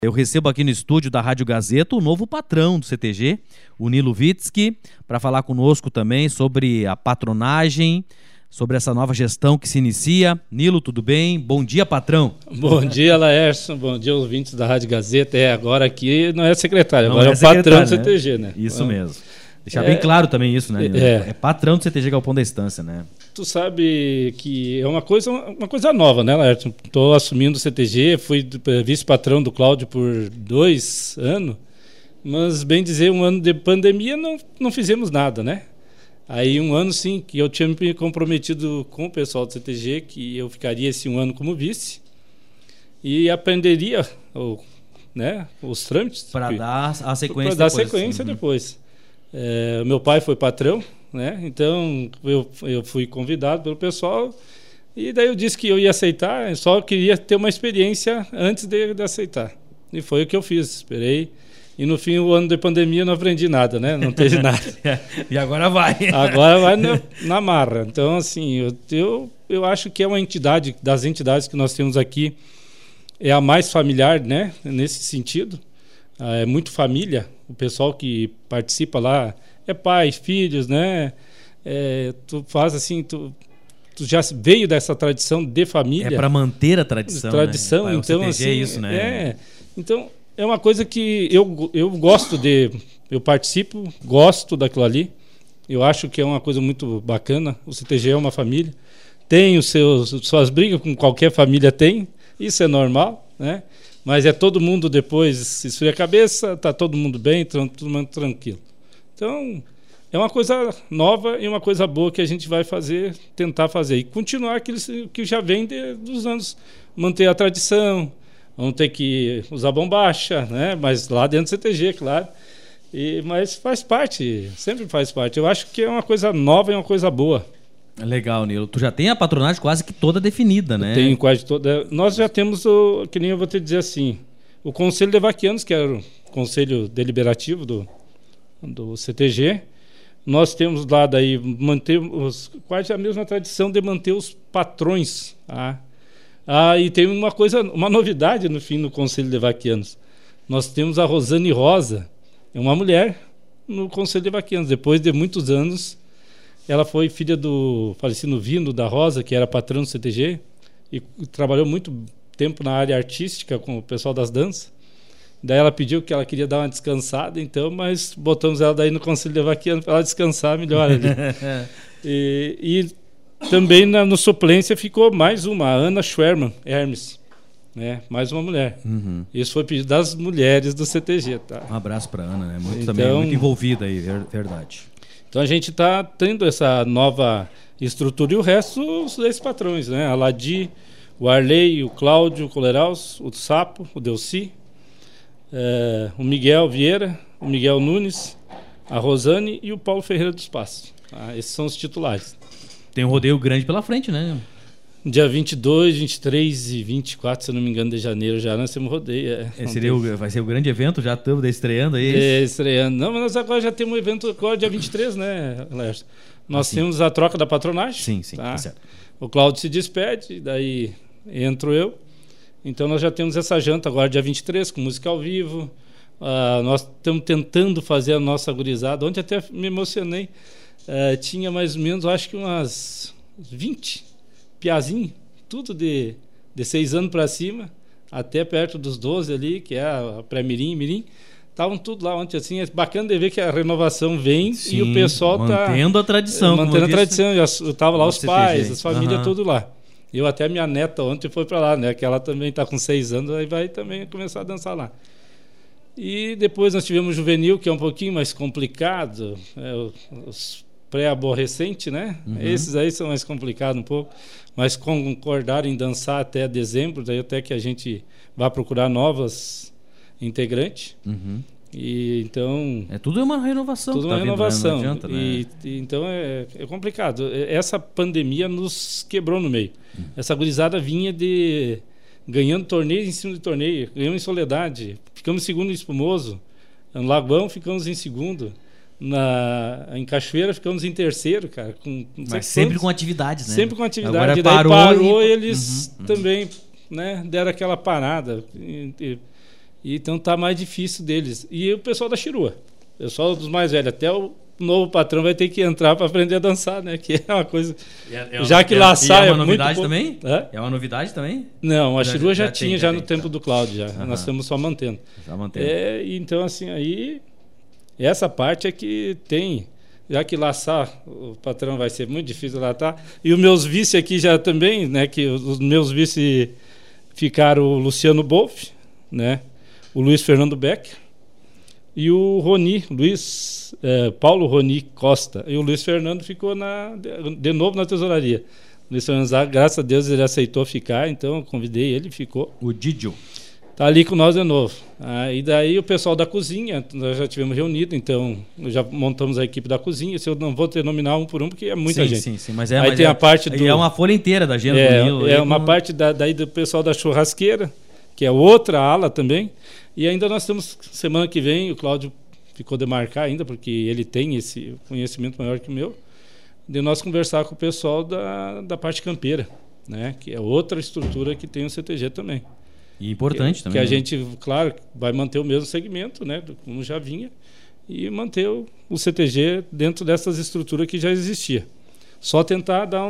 Eu recebo aqui no estúdio da Rádio Gazeta o novo patrão do CTG, o Nilo Witzki, para falar conosco também sobre a patronagem, sobre essa nova gestão que se inicia. Nilo, tudo bem? Bom dia, patrão. Bom dia, Laércio. Bom dia, ouvintes da Rádio Gazeta. Agora aqui não é secretário, Não agora é o patrão do né? CTG, né? Isso mesmo. Deixar bem claro também isso, né, Nilo? É patrão do CTG Galpão da Estância, né? Tu sabe que é uma coisa nova, né, Laércio? Estou assumindo o CTG, fui vice-patrão do Cláudio por 2 anos, mas, bem dizer, um ano de pandemia não fizemos nada, né? Aí um ano, sim, que eu tinha me comprometido com o pessoal do CTG, que eu ficaria esse um ano como vice e aprenderia os trâmites. Para dar a sequência depois. Para dar sequência depois. Meu pai foi patrão, né? Então eu fui convidado pelo pessoal e daí eu disse que eu ia aceitar, só queria ter uma experiência antes de aceitar. E foi o que eu fiz, esperei. E no fim, o ano de pandemia, não aprendi nada, né? Não teve nada. E agora vai. Agora vai na marra. Então, assim, eu acho que é uma entidade, das entidades que nós temos aqui, é a mais familiar, né? Nesse sentido. É muito família. O pessoal que participa lá é pai, filhos, né? Tu faz assim, tu já veio dessa tradição de família. É para manter a tradição, né? Então, assim, é isso, né? Então, é uma coisa que eu gosto eu participo, gosto daquilo ali. Eu acho que é uma coisa muito bacana. O CTG é uma família. Tem suas brigas, como qualquer família tem. Isso é normal, né? Mas todo mundo depois esfria a cabeça, tá todo mundo bem, todo mundo tranquilo. Então, é uma coisa nova e uma coisa boa que a gente vai tentar fazer. E continuar aquilo que já vem dos anos. Manter a tradição. Vamos ter que usar bombacha, né? Mas lá dentro do CTG, claro. Mas faz parte, sempre faz parte. Eu acho que é uma coisa nova e uma coisa boa. Legal, Nilo. Tu já tem a patronagem quase que toda definida, né? Tem quase toda. Nós já temos, que nem eu vou te dizer assim, o Conselho de Vaquianos, que era o Conselho Deliberativo do CTG. Nós temos lá daí, quase a mesma tradição de manter os patrões, tá? E tem uma novidade no fim no Conselho de Vaquianos. Nós temos a Rosane Rosa, é uma mulher no Conselho de Vaquianos. Depois de muitos anos, ela foi filha do falecido Vino da Rosa, que era patrão do CTG, e trabalhou muito tempo na área artística com o pessoal das danças. Daí ela pediu que ela queria dar uma descansada, então, mas botamos ela daí no Conselho de Vaquianos para ela descansar melhor ali. E também no suplência ficou mais uma, a Ana Schwerman Hermes, né? Mais uma mulher. Uhum. Isso foi pedido das mulheres do CTG, tá? Um abraço para Ana, né? Também muito envolvida aí, verdade. Então a gente está tendo essa nova estrutura e o resto desses patrões, né? A Ladi, o Arley, o Cláudio, o Coleraus, o Sapo, o Delci, o Miguel Vieira, o Miguel Nunes, a Rosane e o Paulo Ferreira dos Passos. Tá? Esses são os titulares. Tem um rodeio grande pela frente, né? Dia 22, 23 e 24, se eu não me engano, de janeiro já nós temos rodeio. Vai ser o grande evento, já estamos estreando aí? Estreando. Não, mas nós agora já temos um evento agora dia 23, né, Lércio? Nós temos a troca da patronagem. Sim, tá? Certo. O Cláudio se despede, daí entro eu. Então nós já temos essa janta agora dia 23, com música ao vivo. Nós estamos tentando fazer a nossa gurizada. Ontem até me emocionei. Tinha mais ou menos, acho que umas 20 piazinho, tudo de 6 anos para cima, até perto dos 12 ali, que é a pré-mirim, mirim. Estavam tudo lá ontem, assim, é bacana de ver que a renovação vem. Sim, e o pessoal mantendo a tradição. Mantendo a tradição. Eu estava lá os pais, as famílias, tudo lá. Eu até minha neta ontem foi para lá, né? Que ela também está com 6 anos, aí vai também começar a dançar lá. E depois nós tivemos o juvenil, que é um pouquinho mais complicado, os pré-aborrecentes, né? Uhum. Esses aí são mais complicados um pouco, mas concordaram em dançar até dezembro, daí até que a gente vai procurar novas integrantes. Uhum. E então tudo é uma renovação. Tudo uma renovação. Não adianta, né? Então é complicado. Essa pandemia nos quebrou no meio. Essa gurizada vinha ganhando torneio em cima de torneio, ganhamos em Soledade, ficamos em segundo em Espumoso, no Lagoão ficamos em segundo, em Cachoeira ficamos em terceiro, cara. Mas sempre com atividades, né? Sempre com atividade. Agora daí parou e eles também, né, deram aquela parada. E então tá mais difícil deles. E o pessoal da Chirua, o pessoal dos mais velhos, até o novo patrão vai ter que entrar para aprender a dançar, né? Que é uma coisa. Já que laçar é uma novidade muito também? É uma novidade também? Não, a Chirua já tinha, já no tempo do Cláudio, já. Aham. Nós estamos só mantendo. Já mantendo. Então, assim, aí essa parte é que tem. Já que laçar, o patrão vai ser muito difícil laçar. E os meus vice aqui já também, né? Que os meus vice ficaram o Luciano Bolf, né? O Luiz Fernando Becker e o Roni, Paulo Roni Costa. E o Luiz Fernando ficou de novo na tesouraria. O Luiz Fernando, graças a Deus, ele aceitou ficar, então eu convidei ele, ficou. O Didio. Tá ali com nós de novo. E daí o pessoal da cozinha, nós já tivemos reunido, então já montamos a equipe da cozinha. Se eu não vou ter nominar um por um, porque é muita gente. Sim, mas aí tem a parte do... É uma folha inteira da agenda do Nilo. É uma parte daí do pessoal da churrasqueira, que é outra ala também. E ainda nós temos, semana que vem, o Cláudio ficou de marcar ainda, porque ele tem esse conhecimento maior que o meu, de nós conversar com o pessoal da parte campeira, né? Que é outra estrutura que tem o CTG também. E importante também. Que a gente, claro, vai manter o mesmo segmento, né, como já vinha, e manter o CTG dentro dessas estruturas que já existia. Só tentar dar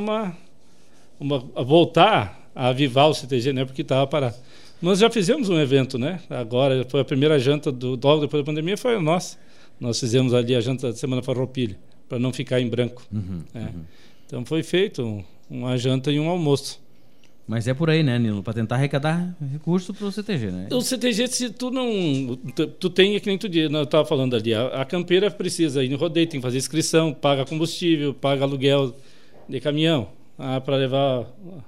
voltar a avivar o CTG, né, porque estava parado. Nós já fizemos um evento, né? Agora foi a primeira janta logo depois da pandemia, foi a nossa. Nós fizemos ali a janta da Semana Farroupilha, para não ficar em branco. Então foi feito uma janta e um almoço. Mas é por aí, né, Nilo? Para tentar arrecadar recursos para o CTG, né? O CTG, se tu não... Tu tem, que nem tu disse, eu estava falando ali, a campeira precisa ir no rodeio, tem que fazer inscrição, paga combustível, paga aluguel de caminhão para levar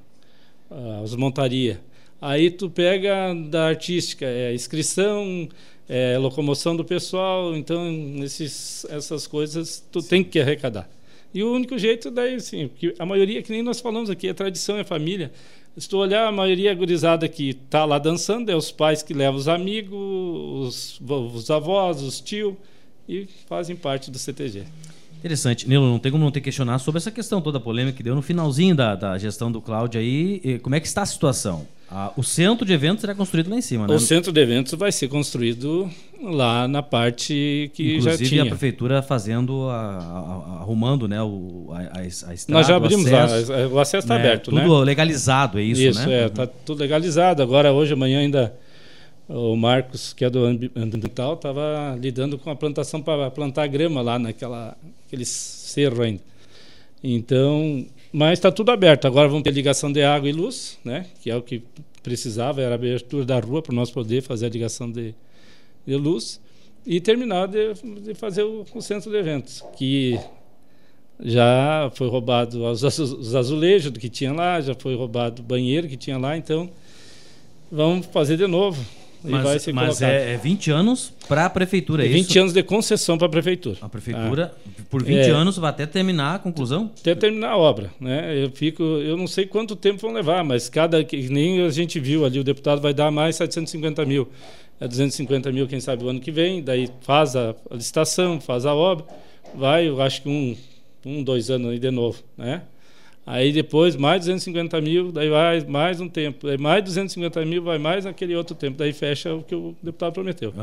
as montarias. Aí tu pega da artística, inscrição, locomoção do pessoal, então essas coisas tu tem que arrecadar. E o único jeito daí, sim, porque a maioria, que nem nós falamos aqui, é tradição, é família. Se tu olhar, a maioria gurizada que está lá dançando é os pais que levam os amigos, os avós, os tios, e fazem parte do CTG. Interessante. Nilo, não tem como não ter questionar sobre essa questão toda a polêmica que deu no finalzinho da gestão do Cláudio aí. E como é que está a situação? O centro de eventos será construído lá em cima, né? O centro de eventos vai ser construído lá na parte que já tinha. Inclusive a prefeitura fazendo, arrumando, né, a estrada. Nós já abrimos o acesso está aberto, tudo, né? Tudo legalizado, é isso, né? Isso, está tudo legalizado. Agora, hoje, amanhã ainda, o Marcos, que é do ambiental, estava lidando com a plantação para plantar grama lá naquele cerro ainda. Então, mas está tudo aberto. Agora vamos ter ligação de água e luz, né? Que é o que precisava, era a abertura da rua para nós poder fazer a ligação de luz e terminar de fazer o centro de eventos, que já foi roubado os azulejos que tinha lá, já foi roubado o banheiro que tinha lá, então vamos fazer de novo. Mas é 20 anos para a prefeitura, é isso? 20 anos de concessão para a prefeitura. A prefeitura, por 20 anos, vai até terminar a conclusão? Até terminar a obra, né? Eu não sei quanto tempo vão levar, mas que nem a gente viu ali, o deputado vai dar mais 750 mil. 250 mil, quem sabe, o ano que vem, daí faz a licitação, faz a obra, eu acho que 2 anos aí de novo, né? Aí depois mais 250 mil, daí vai mais um tempo, daí mais 250 mil, vai mais aquele outro tempo, daí fecha o que o deputado prometeu.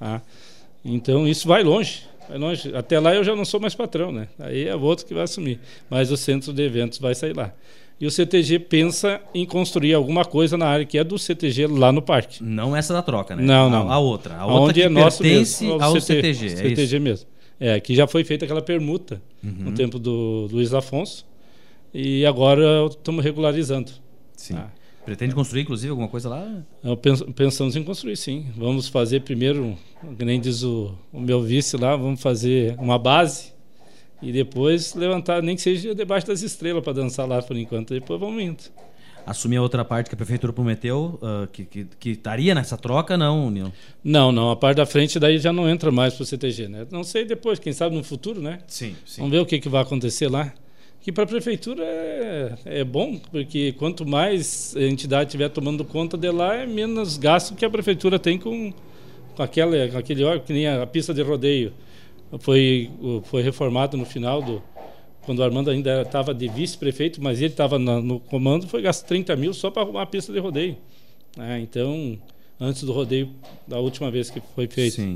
Então isso vai longe. Até lá eu já não sou mais patrão, né? Aí é o outro que vai assumir, mas o centro de eventos vai sair lá. E o CTG pensa em construir alguma coisa na área que é do CTG lá no parque. Não essa da troca, né? Não. A outra que é nosso pertence mesmo, ao CTG. CTG mesmo. Que já foi feita aquela permuta no tempo do Luiz Afonso. E agora estamos regularizando. Sim. Pretende construir, inclusive, alguma coisa lá? Pensamos em construir, sim. Vamos fazer primeiro, que nem diz o meu vice lá, vamos fazer uma base e depois levantar, nem que seja debaixo das estrelas para dançar lá por enquanto. Depois vamos indo. Assumir a outra parte que a prefeitura prometeu, que estaria nessa troca, não, Nilo? Não. A parte da frente daí já não entra mais para o CTG, né? Não sei depois, quem sabe no futuro, né? Sim. Vamos ver o que vai acontecer lá. Que para a prefeitura é bom, porque quanto mais a entidade estiver tomando conta de lá, é menos gasto que a prefeitura tem com aquele órgão, que nem a pista de rodeio. Foi reformado no final quando o Armando ainda estava de vice-prefeito, mas ele estava no comando, foi gasto 30 mil só para arrumar a pista de rodeio. Então, antes do rodeio da última vez que foi feito. Sim.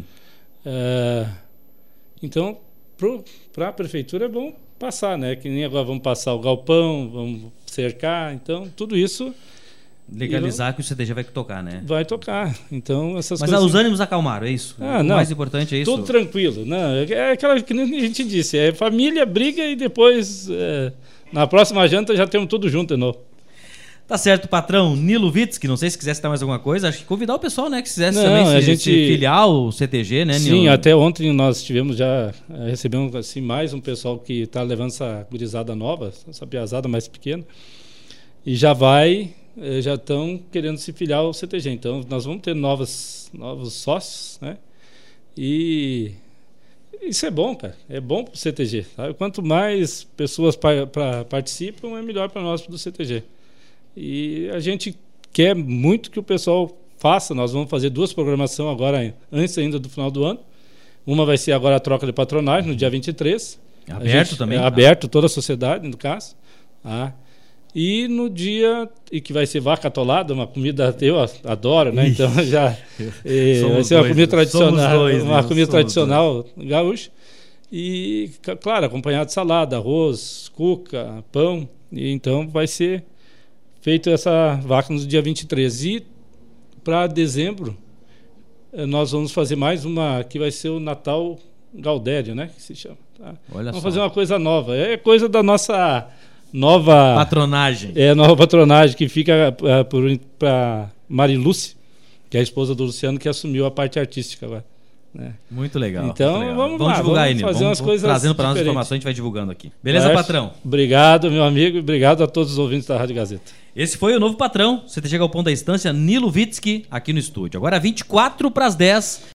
Então, para a prefeitura é bom passar, né? Que nem agora vamos passar o galpão, vamos cercar, então tudo isso Legalizar que o CTG vai tocar, né? vai tocar. Então essas Mas coisas. os ânimos acalmaram, é isso? O não. mais importante é isso? Tudo tranquilo. Não, é aquela que nem a gente disse, é família, briga e depois na próxima janta já temos tudo junto de novo. Tá certo, patrão Nilo Witzki, não sei se quiser citar mais alguma coisa, acho que convidar o pessoal, né, que quisesse também se filiar ao CTG, né, Nilo? Sim, até ontem nós recebemos assim, mais um pessoal que está levando essa gurizada nova, essa piazada mais pequena, e já estão querendo se filiar ao CTG, então nós vamos ter novos sócios, né, e isso é bom, cara, é bom para o CTG, sabe? Quanto mais pessoas participam, é melhor para nós do CTG. E a gente quer muito que o pessoal faça. Nós vamos fazer 2 programações agora, antes ainda do final do ano. Uma vai ser agora a troca de patronagem, no dia 23. É aberto também? É aberto, toda a sociedade, no caso. E no dia, e que vai ser vaca atolada, uma comida eu adoro, né? Então já vai ser uma comida tradicional, comida tradicional gaúcha. E, claro, acompanhado de salada, arroz, cuca, pão. E então vai ser feito essa vaca no dia 23. E para dezembro, nós vamos fazer mais uma, que vai ser o Natal Gaudério, né? Que se chama. Tá? Vamos fazer uma coisa nova. É coisa da nossa nova patronagem. Nova patronagem, que fica para Marilúcia, que é a esposa do Luciano, que assumiu a parte artística agora. Né? Muito legal. Então muito legal. vamos lá, divulgar vamos fazer umas coisas trazendo para nós diferentes. informações, a gente vai divulgando aqui. Beleza, patrão? Obrigado, meu amigo, e obrigado a todos os ouvintes da Rádio Gazeta. Esse foi o novo patrão, CTG Galpão da Estância, Nilo Witzki, aqui no estúdio. Agora 24 para as 10.